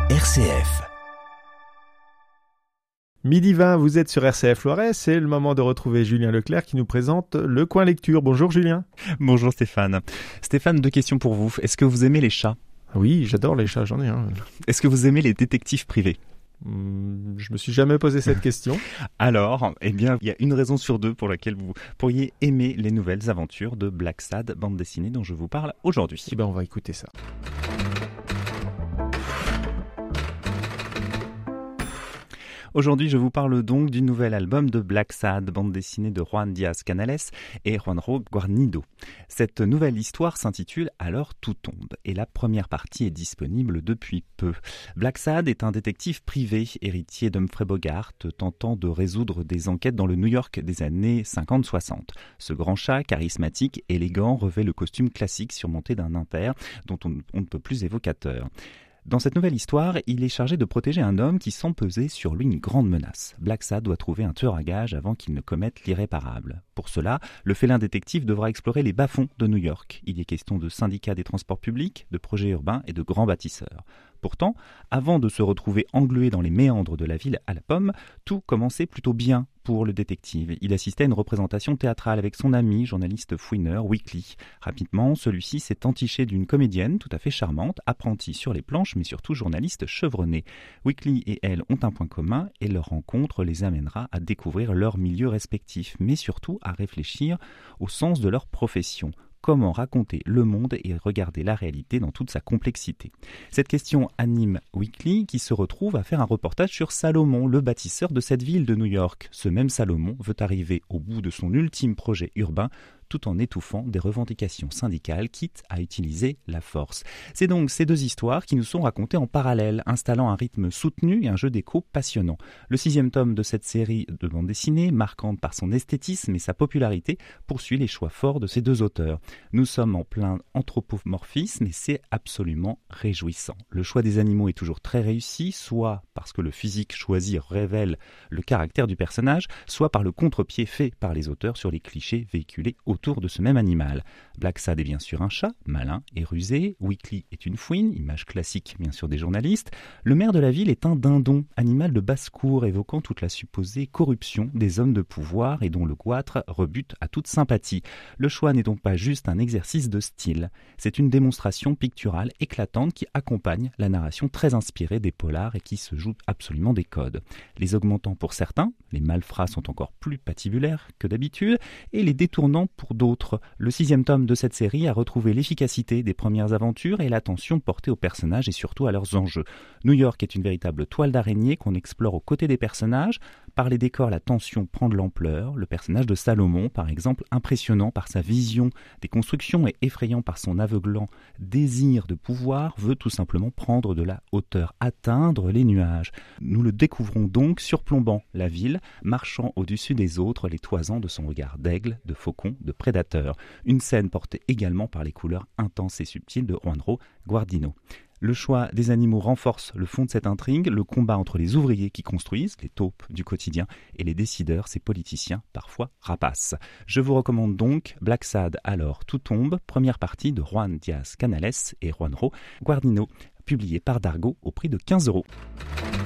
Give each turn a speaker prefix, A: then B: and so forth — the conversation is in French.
A: RCF. Midi 20, vous êtes sur RCF Loiret, c'est le moment de retrouver Julien Leclerc qui nous présente le coin lecture. Bonjour Julien.
B: Bonjour Stéphane. Stéphane, 2 questions pour vous. Est-ce que vous aimez les chats ?
A: Oui, j'adore les chats, j'en ai un.
B: Est-ce que vous aimez les détectives privés ?
A: Je me suis jamais posé cette question.
B: Alors, il y a une raison sur 2 pour laquelle vous pourriez aimer les nouvelles aventures de Blacksad, bande dessinée dont je vous parle aujourd'hui.
A: Eh bien, on va écouter ça.
B: Aujourd'hui, je vous parle donc du nouvel album de Blacksad, bande dessinée de Juan Diaz Canales et Juanro Guarnido. Cette nouvelle histoire s'intitule Alors tout tombe et la première partie est disponible depuis peu. Blacksad est un détective privé, héritier d'Humphrey Bogart, tentant de résoudre des enquêtes dans le New York des années 50-60. Ce grand chat, charismatique, élégant, revêt le costume classique surmonté d'un impair dont on ne peut plus évocateur. Dans cette nouvelle histoire, il est chargé de protéger un homme qui sent peser sur lui une grande menace. Blacksad doit trouver un tueur à gages avant qu'il ne commette l'irréparable. Pour cela, le félin détective devra explorer les bas-fonds de New York. Il y est question de syndicats des transports publics, de projets urbains et de grands bâtisseurs. Pourtant, avant de se retrouver englué dans les méandres de la ville à la pomme, tout commençait plutôt bien pour le détective. Il assistait à une représentation théâtrale avec son ami, journaliste fouineur, Weekly. Rapidement, celui-ci s'est entiché d'une comédienne tout à fait charmante, apprentie sur les planches, mais surtout journaliste chevronnée. Weekly et elle ont un point commun et leur rencontre les amènera à découvrir leur milieu respectif, mais surtout à réfléchir au sens de leur profession. Comment raconter le monde et regarder la réalité dans toute sa complexité. Cette question anime Weekly qui se retrouve à faire un reportage sur Salomon, le bâtisseur de cette ville de New York. Ce même Salomon veut arriver au bout de son ultime projet urbain tout en étouffant des revendications syndicales, quitte à utiliser la force. C'est donc ces 2 histoires qui nous sont racontées en parallèle, installant un rythme soutenu et un jeu d'écho passionnant. Le 6e tome de cette série de bande dessinée, marquante par son esthétisme et sa popularité, poursuit les choix forts de ces 2 auteurs. Nous sommes en plein anthropomorphisme et c'est absolument réjouissant. Le choix des animaux est toujours très réussi, soit parce que le physique choisi révèle le caractère du personnage, soit par le contre-pied fait par les auteurs sur les clichés véhiculés autour de ce même animal. Blacksad est bien sûr un chat, malin et rusé. Weekly est une fouine, image classique bien sûr des journalistes. Le maire de la ville est un dindon, animal de basse-cour évoquant toute la supposée corruption des hommes de pouvoir et dont le goitre rebute à toute sympathie. Le choix n'est donc pas juste un exercice de style, c'est une démonstration picturale éclatante qui accompagne la narration très inspirée des polars et qui se joue absolument des codes. Les augmentants pour certains, les malfrats sont encore plus patibulaires que d'habitude et les détournants pour d'autres. Le 6e tome de cette série a retrouvé l'efficacité des premières aventures et l'attention portée aux personnages et surtout à leurs enjeux. New York est une véritable toile d'araignée qu'on explore aux côtés des personnages. Par les décors, la tension prend de l'ampleur. Le personnage de Salomon, par exemple, impressionnant par sa vision des constructions et effrayant par son aveuglant désir de pouvoir, veut tout simplement prendre de la hauteur, atteindre les nuages. Nous le découvrons donc surplombant la ville, marchant au-dessus des autres, les toisant de son regard d'aigle, de faucon, de prédateur. Une scène portée également par les couleurs intenses et subtiles de Juanro Guarnido. Le choix des animaux renforce le fond de cette intrigue, le combat entre les ouvriers qui construisent, les taupes du quotidien, et les décideurs, ces politiciens parfois rapaces. Je vous recommande donc Blacksad, Alors tout tombe, première partie de Juan Diaz Canales et Juanro Guarnido, publié par Dargaud au prix de 15 €.